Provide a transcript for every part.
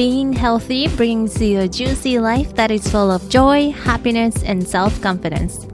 Being healthy brings you a juicy life that is full of joy, happiness, and self-confidence.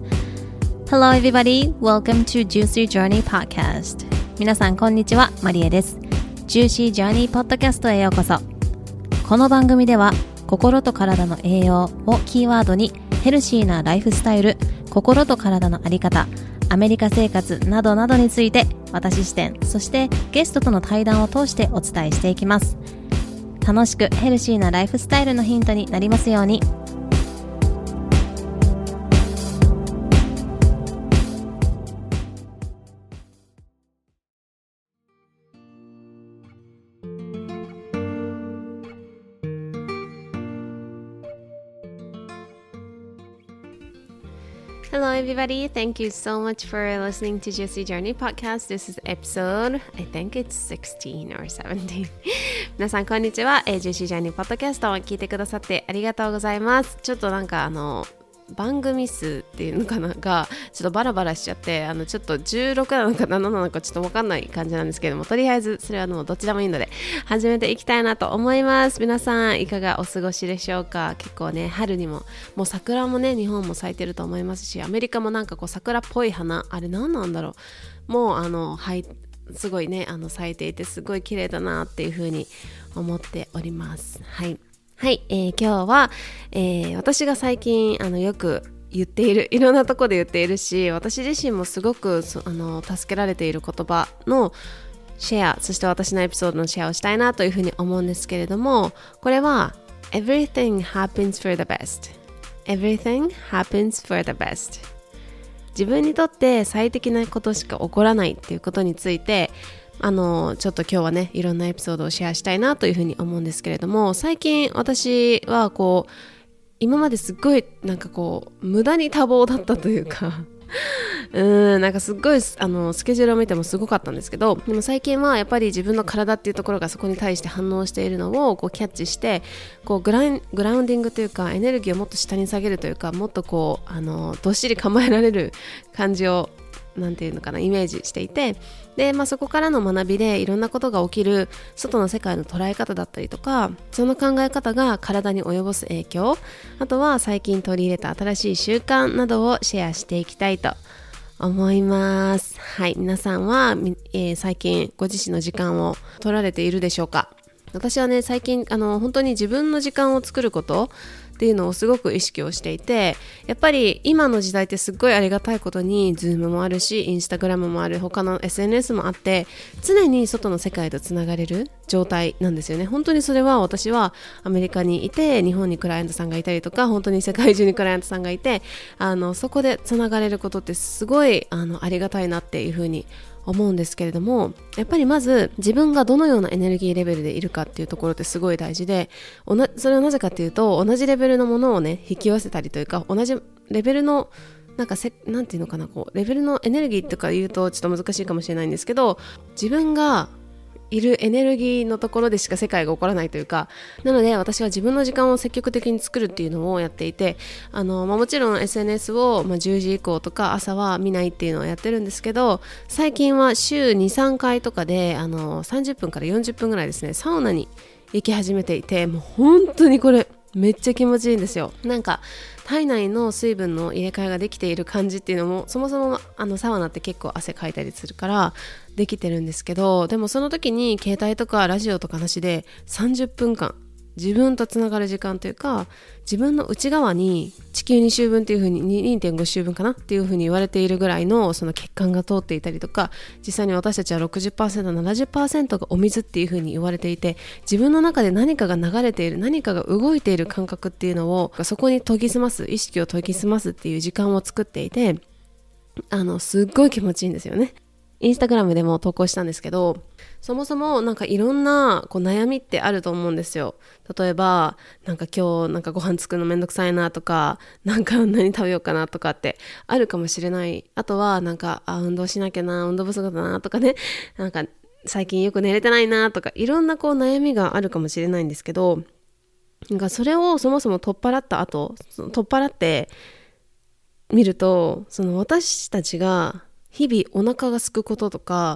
Hello everybody, welcome to Juicy Journey Podcast. 皆さんこんにちは、マリエです。Juicy Journey Podcast へようこそ。この番組では心と体の栄養をキーワードにヘルシーなライフスタイル、心と体のあり方、アメリカ生活などなどについて私視点、そしてゲストとの対談を通してお伝えしていきます。楽しくヘルシーなライフスタイルのヒントになりますように。Hello everybody, thank you so much for listening to Juicy Journey Podcast. This is episode, I think it's 16 or 17. 皆さんこんにちは、Juicy Journey Podcast を聞いてくださってありがとうございます。ちょっとなんか番組数っていうのかながちょっとバラバラしちゃってちょっと16なのか7なのかちょっと分かんない感じなんですけども、とりあえずそれはどちらもいいので始めていきたいなと思います。皆さんいかがお過ごしでしょうか。結構ね、春にもう桜もね、日本も咲いてると思いますし、アメリカもなんかこう桜っぽい花、あれ何なんだろう、もうすごいね咲いていてすごい綺麗だなっていう風に思っております。はい、今日は、私が最近よく言っている、いろんなとこで言っているし、私自身もすごく助けられている言葉のシェア、そして私のエピソードのシェアをしたいなというふうに思うんですけれども、これは Everything happens for the best Everything happens for the best 自分にとって最適なことしか起こらないっていうことについてちょっと今日はね、いろんなエピソードをシェアしたいなというふうに思うんですけれども、最近私は今まですっごいなんか無駄に多忙だったというかなんかすっごいスケジュールを見てもすごかったんですけど、でも最近はやっぱり自分の体っていうところがそこに対して反応しているのをキャッチしてグラウンディングというかエネルギーをもっと下に下げるというか、もっとどっしり構えられる感じをなんていうのかな、イメージしていて、で、そこからの学びでいろんなことが起きる外の世界の捉え方だったりとか、その考え方が体に及ぼす影響、あとは最近取り入れた新しい習慣などをシェアしていきたいと思います。はい、皆さんは、最近ご自身の時間を取られているでしょうか。私はね、最近本当に自分の時間を作ることっていうのをすごく意識をしていて、やっぱり今の時代ってすっごいありがたいことに Zoom もあるし、Instagram もある、他の SNS もあって、常に外の世界とつながれる状態なんですよね。本当にそれは、私はアメリカにいて日本にクライアントさんがいたりとか、本当に世界中にクライアントさんがいてそこでつながれることってすごいありがたいなっていうふうに思うんですけれども、やっぱりまず自分がどのようなエネルギーレベルでいるかっていうところってすごい大事で、それはなぜかっていうと、同じレベルのものをね引き寄せたりというか、同じレベルのなんていうのかな、レベルのエネルギーとか言うとちょっと難しいかもしれないんですけど、自分がいるエネルギーのところでしか世界が起こらないというか、なので私は自分の時間を積極的に作るっていうのをやっていて、もちろん SNS を、10時以降とか朝は見ないっていうのをやってるんですけど、最近は週 2,3 回とかで30分から40分ぐらいですね、サウナに行き始めていて、もう本当にこれめっちゃ気持ちいいんですよ。なんか体内の水分の入れ替えができている感じっていうのも、そもそもサウナって結構汗かいたりするからできてるんですけど、でもその時に携帯とかラジオとかなしで30分間自分とつながる時間というか、自分の内側に地球2周分っていう風に 2.5 周分かなっていう風に言われているぐらいのその血管が通っていたりとか、実際に私たちは 60%、70% がお水っていう風に言われていて、自分の中で何かが流れている、何かが動いている感覚っていうのをそこに研ぎ澄ます、意識を研ぎ澄ますっていう時間を作っていて、すっごい気持ちいいんですよね。インスタグラムでも投稿したんですけど、そもそもなんかいろんな悩みってあると思うんですよ。例えばなんか今日ご飯作るのめんどくさいなとか、なんか何食べようかなとかってあるかもしれない。あとはなんか運動しなきゃな、運動不足だなとかね、なんか最近よく寝れてないなとか、いろんな悩みがあるかもしれないんですけど、なんかそれをそもそも取っ払ってみると、その私たちが日々お腹が空くこととか、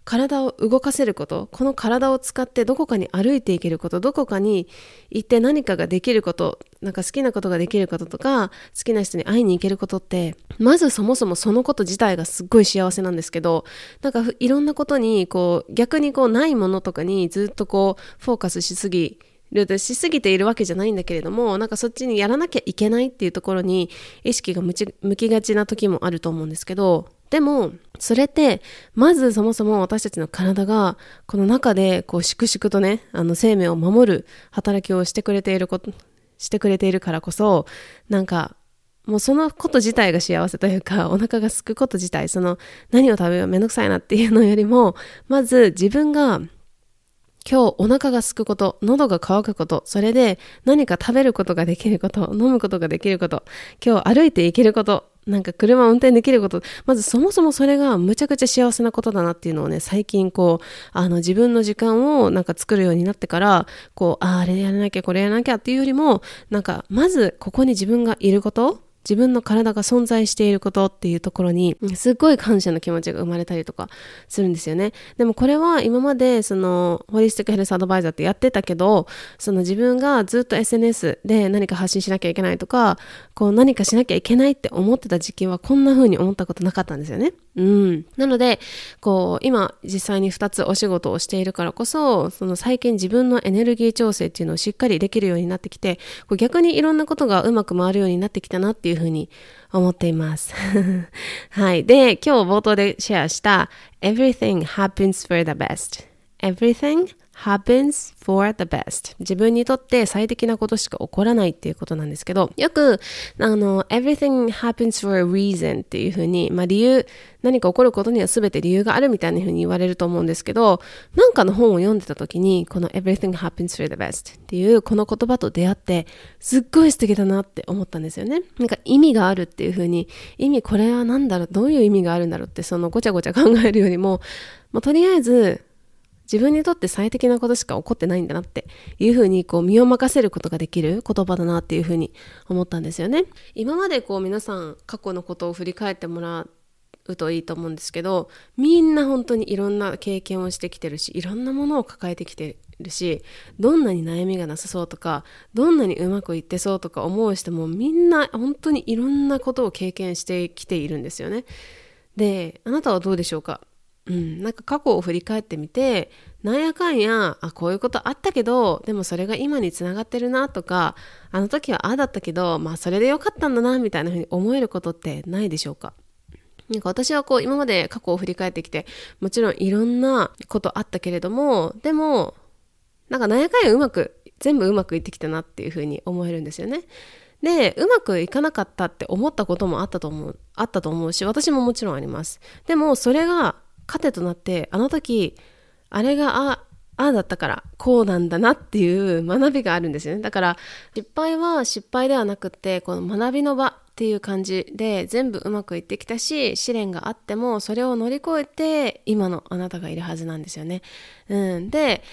体を動かせること、この体を使ってどこかに歩いていけること、どこかに行って何かができること、なんか好きなことができることとか、好きな人に会いに行けることって、まずそもそもそのこと自体がすっごい幸せなんですけど、なんかいろんなことに逆にないものとかにずっとフォーカスしすぎているわけじゃないんだけれども、なんかそっちにやらなきゃいけないっていうところに意識が向きがちな時もあると思うんですけど、でもそれってまずそもそも私たちの体がこの中で粛々とね、生命を守る働きをしてくれているからこそ、なんかもうそのこと自体が幸せというか、お腹が空くこと自体、何を食べようめんどくさいなっていうのよりも、まず自分が今日お腹が空くこと、喉が渇くこと、それで何か食べることができること、飲むことができること、今日歩いていけること、なんか車を運転できること、まずそもそもそれがむちゃくちゃ幸せなことだなっていうのをね、最近自分の時間をなんか作るようになってから、あれやらなきゃこれやらなきゃっていうよりも、なんかまずここに自分がいること、自分の体が存在していることっていうところにすっごい感謝の気持ちが生まれたりとかするんですよね。でもこれは今までホリスティックヘルスアドバイザーってやってたけど、自分がずっと SNS で何か発信しなきゃいけないとか、何かしなきゃいけないって思ってた時期はこんな風に思ったことなかったんですよね。なので今実際に2つお仕事をしているからこそ、最近自分のエネルギー調整っていうのをしっかりできるようになってきて、逆にいろんなことがうまく回るようになってきたなっていうふうに思っていますはい。で、今日冒頭でシェアした Everything happens for the best Everything happens for the best 自分にとって最適なことしか起こらないっていうことなんですけど、よくEverything happens for a reason っていうふうに、理由、何か起こることには全て理由があるみたいなふうに言われると思うんですけど、なんかの本を読んでた時にこの Everything happens for the best っていうこの言葉と出会ってすっごい素敵だなって思ったんですよね。なんか意味があるっていうふうに、これは何だろう、どういう意味があるんだろうってごちゃごちゃ考えるよりも、とりあえず自分にとって最適なことしか起こってないんだなっていうふうに身を任せることができる言葉だなっていうふうに思ったんですよね。今まで皆さん過去のことを振り返ってもらうといいと思うんですけど、みんな本当にいろんな経験をしてきてるし、いろんなものを抱えてきてるし、どんなに悩みがなさそうとか、どんなにうまくいってそうとか思う人もみんな本当にいろんなことを経験してきているんですよね。で、あなたはどうでしょうか？なんか過去を振り返ってみて、なんやかんやこういうことあったけど、でもそれが今につながってるなとか、あの時はああだったけど、それでよかったんだなみたいな風に思えることってないでしょうか？なんか私は今まで過去を振り返ってきて、もちろんいろんなことあったけれども、でもなんかなんやかんや全部うまくいってきたなっていう風に思えるんですよね。で、うまくいかなかったって思ったこともあったと思うし、私ももちろんあります。でもそれが糧となって、あの時あれがああだったからこうなんだなっていう学びがあるんですよね。だから失敗は失敗ではなくって、この学びの場っていう感じで全部うまくいってきたし、試練があってもそれを乗り越えて今のあなたがいるはずなんですよね。で、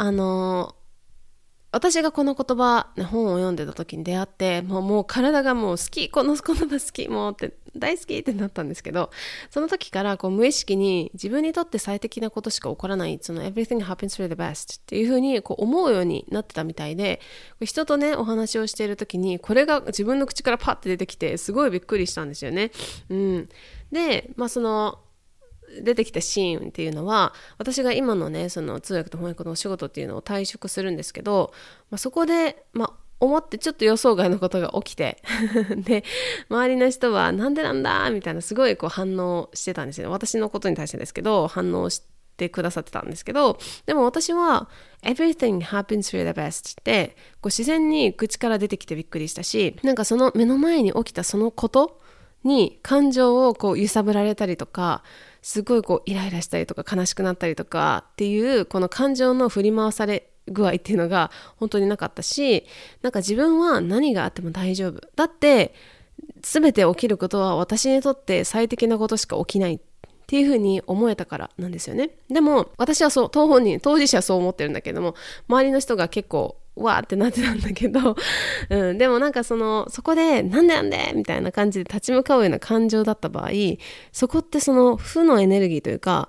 私がこの言葉、本を読んでた時に出会って、もう体がもう好き、この言葉好き、もうって大好きってなったんですけど、その時から無意識に自分にとって最適なことしか起こらない、Everything happens for the best っていう風に思うようになってたみたいで、人とねお話をしている時にこれが自分の口からパッて出てきて、すごいびっくりしたんですよね。で、出てきたシーンっていうのは、私が今のね通訳と翻訳のお仕事っていうのを退職するんですけど、そこで思ってちょっと予想外のことが起きてで、周りの人はなんでなんだみたいなすごい反応してたんですよね。私のことに対してですけど、反応してくださってたんですけど、でも私は Everything happens for the best って自然に口から出てきてびっくりしたし、なんかその目の前に起きたそのことに感情を揺さぶられたりとか、すごいイライラしたりとか悲しくなったりとかっていうこの感情の振り回され具合っていうのが本当になかったし、なんか自分は何があっても大丈夫だって、全て起きることは私にとって最適なことしか起きないっていうふうに思えたからなんですよね。でも私は当事者はそう思ってるんだけども、周りの人が結構わーってなってたんだけど、でもなんかそこでなんでみたいな感じで立ち向かうような感情だった場合、そこって負のエネルギーというか、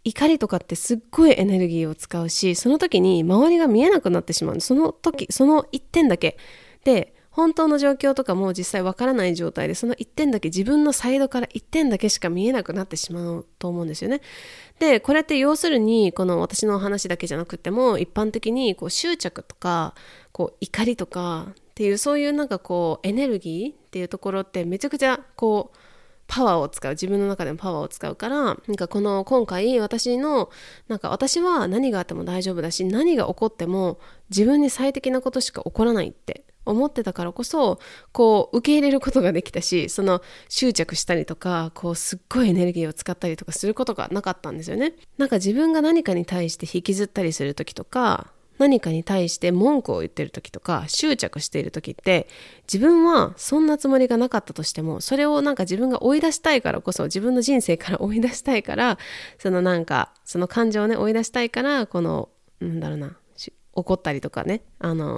怒りとかってすっごいエネルギーを使うし、その時に周りが見えなくなってしまう。その時、その一点だけで、本当の状況とかも実際わからない状態で、その一点だけ、自分のサイドから一点だけしか見えなくなってしまうと思うんですよね。で、これって要するに、この私の話だけじゃなくても、一般的にこう執着とか、こう怒りとかっていう、そういうなんかこうエネルギーっていうところってめちゃくちゃこうパワーを使う、自分の中でもパワーを使うから、なんか今回私は何があっても大丈夫だし、何が起こっても自分に最適なことしか起こらないって思ってたからこそ、こう受け入れることができたし、その執着したりとか、こうすっごいエネルギーを使ったりとかすることがなかったんですよね。なんか自分が何かに対して引きずったりするときとか、何かに対して文句を言ってる時とか執着している時って、自分はそんなつもりがなかったとしても、それをなんか自分が追い出したいからこそ、自分の人生から追い出したいから、その感情をね追い出したいから、怒ったりとかね、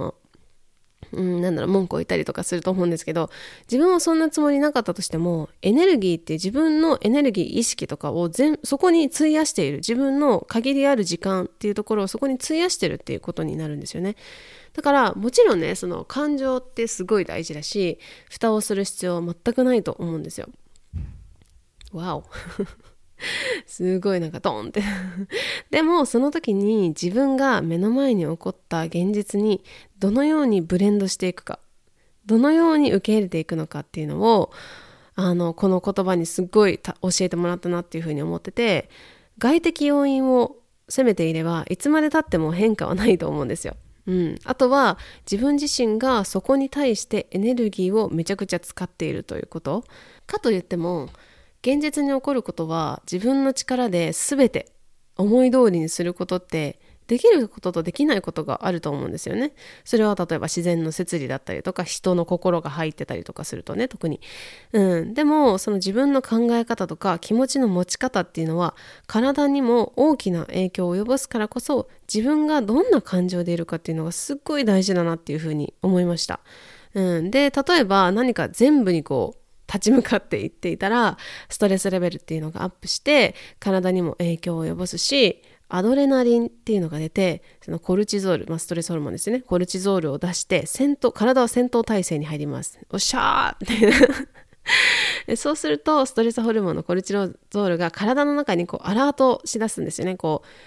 文句を言ったりとかすると思うんですけど、自分はそんなつもりなかったとしても、エネルギーって自分のエネルギー意識とかをそこに費やしている、自分の限りある時間っていうところをそこに費やしてるっていうことになるんですよね。だからもちろんね、その感情ってすごい大事だし、蓋をする必要は全くないと思うんですよ。わおすごいなんかドーンってでもその時に自分が目の前に起こった現実にどのようにブレンドしていくか、どのように受け入れていくのかっていうのをこの言葉にすっごい教えてもらったなっていうふうに思ってて、外的要因を責めていればいつまで経っても変化はないと思うんですよ。あとは自分自身がそこに対してエネルギーをめちゃくちゃ使っているということかといっても、現実に起こることは自分の力で全て思い通りにすることってできることとできないことがあると思うんですよね。それは例えば自然の摂理だったりとか、人の心が入ってたりとかするとね、特にでもその自分の考え方とか気持ちの持ち方っていうのは体にも大きな影響を及ぼすからこそ、自分がどんな感情でいるかっていうのがすっごい大事だなっていうふうに思いました。で、例えば何か全部にこう立ち向かっていっていたら、ストレスレベルっていうのがアップして体にも影響を及ぼすし、アドレナリンっていうのが出て、そのコルチゾール、ストレスホルモンですね、コルチゾールを出して体は戦闘態勢に入ります。おっしゃーってそうするとストレスホルモンのコルチゾールが体の中にこうアラートしだすんですよね。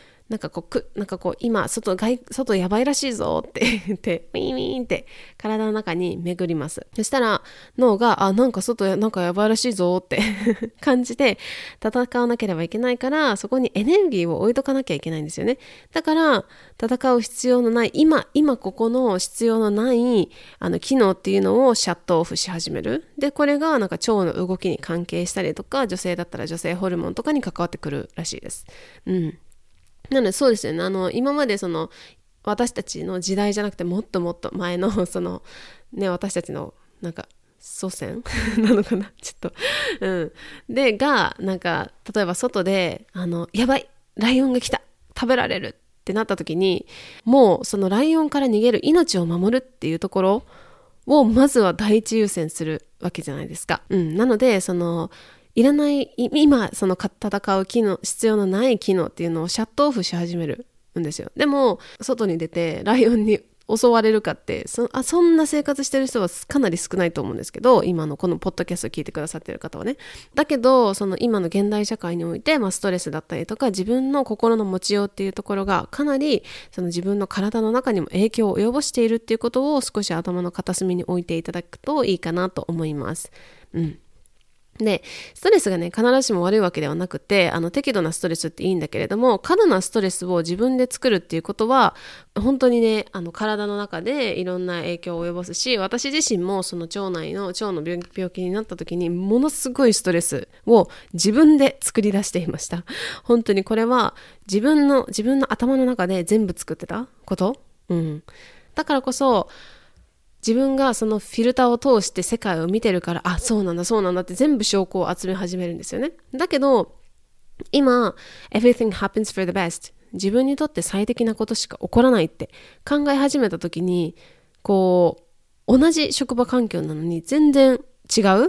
今外やばいらしいぞって言ってウィーンウィーンって体の中に巡ります。そしたら脳がなんか外なんかやばいらしいぞって感じて戦わなければいけないから、そこにエネルギーを置いとかなきゃいけないんですよね。だから戦う必要のない今ここの必要のない機能っていうのをシャットオフし始める。でこれがなんか腸の動きに関係したりとか、女性だったら女性ホルモンとかに関わってくるらしいです。なのでそうですよね。今までその私たちの時代じゃなくてもっともっと前の私たちのなんか祖先なのかなちょっとでなんか例えば外でやばいライオンが来た食べられるってなった時に、もうそのライオンから逃げる、命を守るっていうところをまずは第一優先するわけじゃないですか。なのでいらない今その戦う機能、必要のない機能っていうのをシャットオフし始めるんですよ。でも外に出てライオンに襲われるかってそんな生活してる人はかなり少ないと思うんですけど、今のこのポッドキャストを聞いてくださってる方はね。だけどその今の現代社会において、ストレスだったりとか自分の心の持ちようっていうところがかなりその自分の体の中にも影響を及ぼしているっていうことを少し頭の片隅に置いていただくといいかなと思います。で、ストレスがね必ずしも悪いわけではなくて、適度なストレスっていいんだけれども、過度なストレスを自分で作るっていうことは本当にね体の中でいろんな影響を及ぼすし、私自身もその腸の病気になった時にものすごいストレスを自分で作り出していました。本当にこれは自分の頭の中で全部作ってたこと、だからこそ自分がそのフィルターを通して世界を見てるから、そうなんだって全部証拠を集め始めるんですよね。だけど今 everything happens for the best、 自分にとって最適なことしか起こらないって考え始めた時に、こう同じ職場環境なのに全然違う、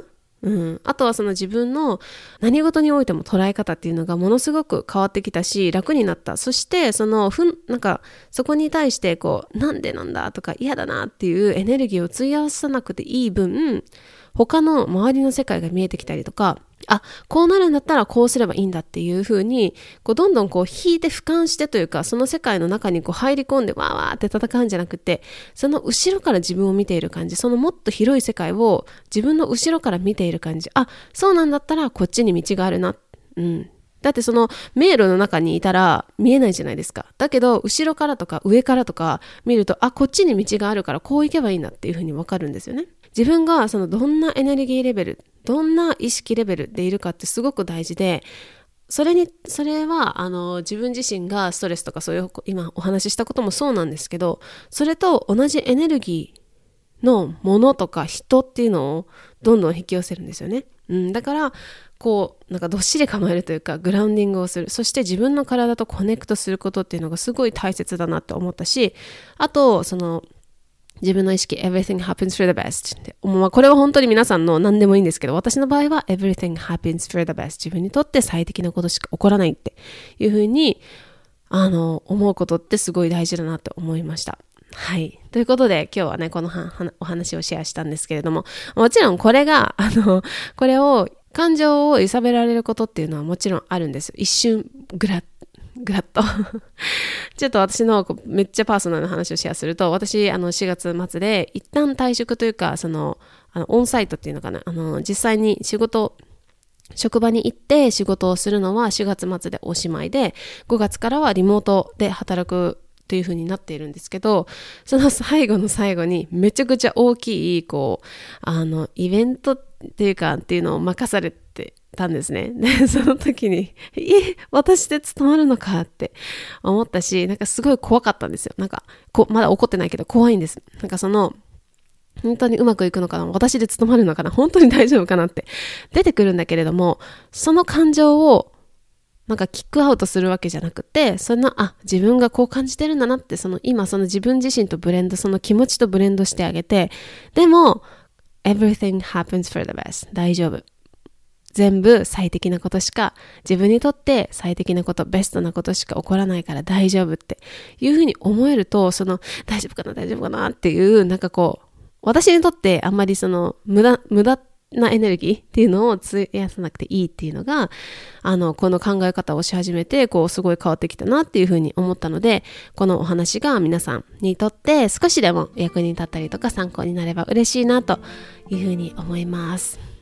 あとはその自分の何事においても捉え方っていうのがものすごく変わってきたし、楽になった。そしてそこに対してなんでなんだとか嫌だなっていうエネルギーを費やさなくていい分、他の周りの世界が見えてきたりとか、こうなるんだったらこうすればいいんだっていう風に、どんどん引いて俯瞰してというか、その世界の中に入り込んでわーわーって戦うんじゃなくて、その後ろから自分を見ている感じ、そのもっと広い世界を自分の後ろから見ている感じ。そうなんだったらこっちに道があるな。だってその迷路の中にいたら見えないじゃないですか。だけど後ろからとか上からとか見ると、こっちに道があるからこう行けばいいんだっていう風に分かるんですよね。自分がそのどんなエネルギーレベル、どんな意識レベルでいるかってすごく大事で、それは自分自身がストレスとかそういう今お話ししたこともそうなんですけど、それと同じエネルギーのものとか人っていうのをどんどん引き寄せるんですよね。だからどっしり構えるというか、グラウンディングをする。そして自分の体とコネクトすることっていうのがすごい大切だなって思ったし、あと自分の意識 everything happens for the best って、これは本当に皆さんの何でもいいんですけど、私の場合は everything happens for the best、 自分にとって最適なことしか起こらないっていうふうに思うことってすごい大事だなって思いました。はい。ということで今日はね、このお話をシェアしたんですけれども、もちろんこれがこれを感情を揺さぶられることっていうのはもちろんあるんですよ。一瞬グラッとちょっと私のめっちゃパーソナルな話をシェアすると、私4月末で一旦退職というか、オンサイトっていうのかな、実際に職場に行って仕事をするのは4月末でおしまいで、5月からはリモートで働くという風になっているんですけど、その最後の最後にめちゃくちゃ大きいイベントっていうのを任されてたんですね。で、その時に私で務まるのかって思ったし、すごい怖かったんですよ。まだ起こってないけど怖いんです。本当にうまくいくのかな、私で務まるのかな、本当に大丈夫かなって出てくるんだけれども、その感情をキックアウトするわけじゃなくて、自分がこう感じてるんだなって、今自分自身とブレンド、その気持ちとブレンドしてあげて、でもeverything happens for the best、 大丈夫、全部最適なことしか、自分にとって最適なこと、ベストなことしか起こらないから大丈夫っていうふうに思えると、大丈夫かなっていう、私にとってあんまり無駄なエネルギーっていうのを費やさなくていいっていうのが、この考え方をし始めて、すごい変わってきたなっていうふうに思ったので、このお話が皆さんにとって少しでも役に立ったりとか参考になれば嬉しいなというふうに思います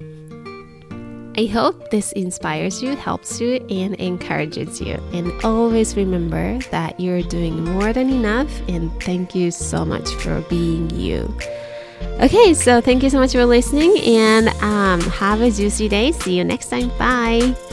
。I hope this inspires you, helps you, and encourages you. And always remember that you're doing more than enough, and thank you so much for being you.Okay, so thank you so much for listening, and have a juicy day. See you next time. Bye.